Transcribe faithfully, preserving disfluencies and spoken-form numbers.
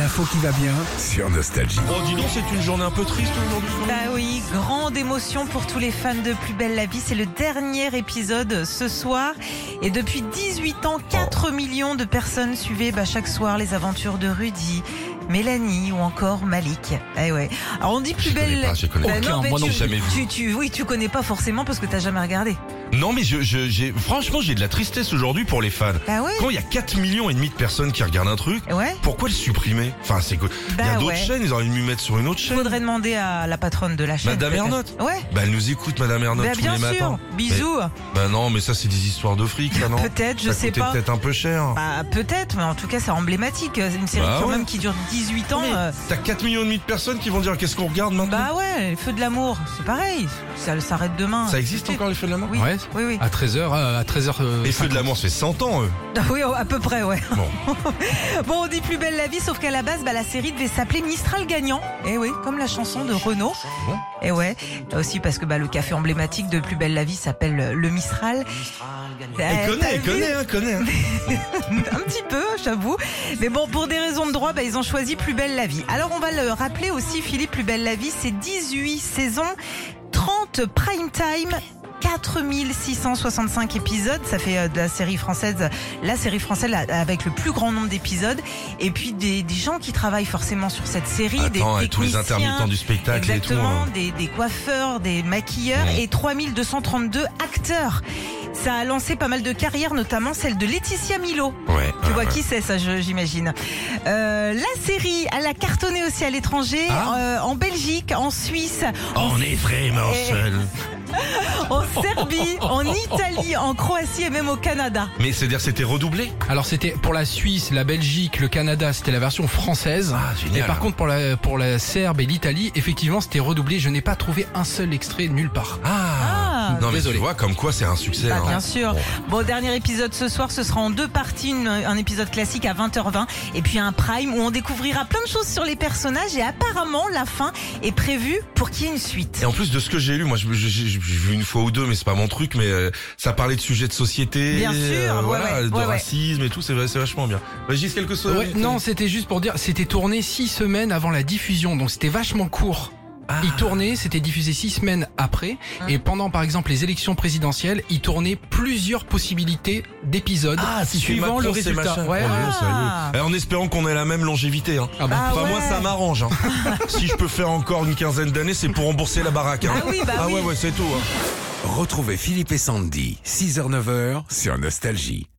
l'info qui va bien sur Nostalgie. Oh, dis donc, c'est une journée un peu triste aujourd'hui. Bah oui, grande émotion pour tous les fans de Plus belle la vie. C'est le dernier épisode ce soir. Et depuis dix-huit ans, quatre millions de personnes suivaient bah, chaque soir les aventures de Rudy, Mélanie ou encore Malik. Eh ouais. Alors on dit Plus Je belle. connais pas, je connais Bah pas. non, mais Moi non, tu, jamais vu. tu, tu, oui, tu connais pas forcément parce que t'as jamais regardé. Non, mais je, je, j'ai, franchement, j'ai de la tristesse aujourd'hui pour les fans. Bah ouais. Quand il y a quatre millions et demi de personnes qui regardent un truc, Ouais. pourquoi le supprimer? Enfin, c'est quoi? Il y a Bah d'autres ouais. chaînes, ils auraient dû mettre sur une autre chaîne. Faudrait demander à la patronne de la chaîne. Madame peut-être. Ernotte. Ouais. Bah, elle nous écoute, Madame Ernotte, Bah, tous bien les sûr. matins. Bisous. Bah non, mais ça, c'est des histoires de fric, ça, non? Peut-être, je Ça sais coûtait pas. peut-être un peu cher. Bah peut-être, mais en tout cas c'est emblématique. C'est une série Bah quand ouais. même qui dure dix-huit ans. Mais euh, T'as quatre millions et demi de personnes qui vont dire qu'est-ce qu'on regarde maintenant? Bah ouais, les feux de l'amour, c'est pareil. Ça s'arrête demain. Ça existe encore les feux de l'amour? Oui, Ouais. oui, oui. À treize heures, à treize heures. Les feux de l'amour, ça fait cent ans, eux. Ah oui, à peu près, ouais. Bon. Bon, on dit Plus belle la vie, sauf qu'à la base, bah, la série devait s'appeler Mistral gagnant. Et oui, comme la chanson de Renaud. Bon. Et ouais, aussi parce que bah, le café emblématique de Plus belle la vie s'appelle le Mistral. Elle Eh, connaît, t'as elle vu connaît, hein, connaît. hein. Un petit peu, j'avoue. Mais bon, pour des raisons de droit, bah, ils ont choisi Plus belle la vie. Alors, on va le rappeler aussi, Philippe, Plus belle la vie, c'est dix-huit saisons, trente prime time. quatre mille six cent soixante-cinq épisodes, ça fait euh, de la série française, la série française avec le plus grand nombre d'épisodes. Et puis des, des gens qui travaillent forcément sur cette série, Attends, des et tous les techniciens, intermittents du spectacle et tout. exactement, hein. des, des coiffeurs, des maquilleurs Mmh. et trois mille deux cent trente-deux acteurs. Ça a lancé pas mal de carrières, notamment celle de Laetitia Milo. Ouais. Tu ouais, vois ouais. qui c'est, ça, je- j'imagine. Euh, la série, elle a cartonné aussi à l'étranger, Ah. euh, en Belgique, en Suisse, On est vraiment Eh. seul. en Serbie, en Italie, en Croatie et même au Canada. Mais c'est-à-dire c'était redoublé? Alors c'était pour la Suisse, la Belgique, le Canada, c'était la version française. Ah, génial. Et par contre pour la pour la Serbe et l'Italie, effectivement c'était redoublé. Je n'ai pas trouvé un seul extrait nulle part. Ah, Ah. non mais Désolé. tu vois comme quoi c'est un succès. Bah, hein. bien sûr. Bon. Bon, dernier épisode ce soir, ce sera en deux parties, une- un épisode classique à vingt heures vingt et puis un prime où on découvrira plein de choses sur les personnages et apparemment la fin est prévue pour qu'il y ait une suite. Et en plus de ce que j'ai lu, moi j'ai j'ai- j'ai vu une fois ou deux, mais c'est pas mon truc, mais euh, ça parlait de sujets de société, Bien sûr, ouais, voilà, ouais, de ouais, ouais. racisme et tout, c'est c'est vachement bien. Régis, quelque chose? Ouais, non, c'était juste pour dire, c'était tourné six semaines avant la diffusion, donc c'était vachement court. Ah. Il tournait, c'était diffusé six semaines après, et pendant par exemple les élections présidentielles, il tournait plusieurs possibilités d'épisodes Ah, si c'est suivant Macron, le c'est résultat. machin. Ouais, Oh, ouais. non, sérieux. Ah. Eh, en espérant qu'on ait la même longévité. Hein. Ah bon. Ah Enfin moi ouais. ça m'arrange. Hein. Si je peux faire encore une quinzaine d'années, c'est pour rembourser la baraque. Hein. Ah oui, bah ah oui. ouais ouais c'est tout. Hein. Retrouvez Philippe et Sandy, six heures neuf heures sur Nostalgie.